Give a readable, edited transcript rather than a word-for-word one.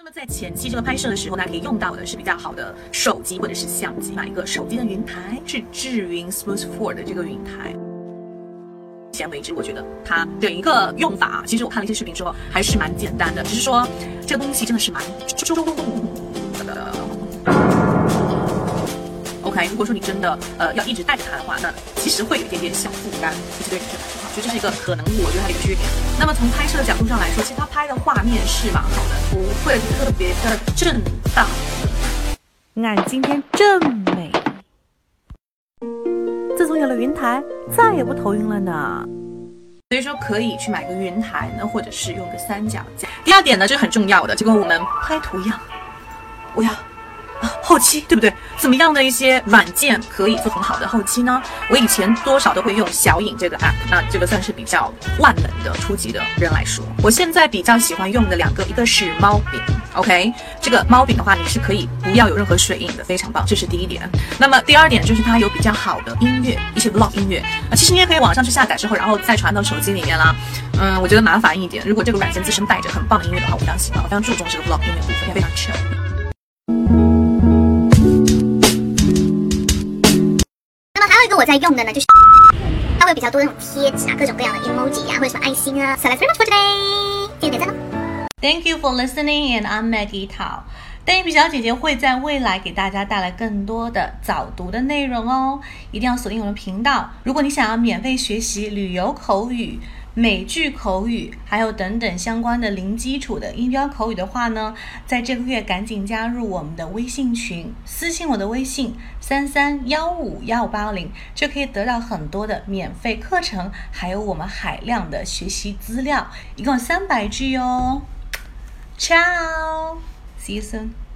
那么在前期这个拍摄的时候呢，可以用到的是比较好的手机或者是相机，买一个手机的云台，是智云 Smooth 4的这个云台。目前为止，我觉得它的一个用法，其实我看了一些视频之后还是蛮简单的，只是说这个东西真的是蛮重的。OK， 如果说你真的要一直带着它的话，那其实会有一点点小负担，其实对女生来说哈，所以这是一个可能我觉得它的一个缺点。那么从拍摄的角度上来说，其实它拍的画面是蛮好的，不会特别的震荡。 俺今天真美。自从有了云台，再也不头晕了呢。 所以说可以去买个云台呢，或者是用个三脚架。第二点呢，这是很重要的，就跟我们拍图一样，我要后期对不对？怎么样的一些软件可以做很好的后期呢？我以前多少都会用小影这个 app， 那这个算是比较万能的初级的人来说，我现在比较喜欢用的两个，一个是猫饼 ，OK， 这个猫饼的话，你是可以不要有任何水印的，非常棒，这是第一点。那么第二点就是它有比较好的音乐，一些 vlog 音乐其实你也可以网上去下载之后，然后再传到手机里面啦。我觉得麻烦一点，如果这个软件自身带着很棒的音乐的话，我非常喜欢，我非常注重这个 vlog 音乐部分，也非常 chill。 我在用的呢，就是它会有比较多那种贴纸啊，各种各样的 emoji 啊，或者什么爱心啊。So let's very much for today， 记得点赞哦。 Thank you for listening, and I'm Maggie Tao。单眼皮小姐姐会在未来给大家带来更多的早读的内容哦，一定要锁定我们频道。如果你想要免费学习旅游口语、美剧口语，还有等等相关的零基础的音标口语的话呢，在这个月赶紧加入我们的微信群，私信我的微信33151580，就可以得到很多的免费课程，还有我们海量的学习资料，一共300句哦。Ciao，see you soon。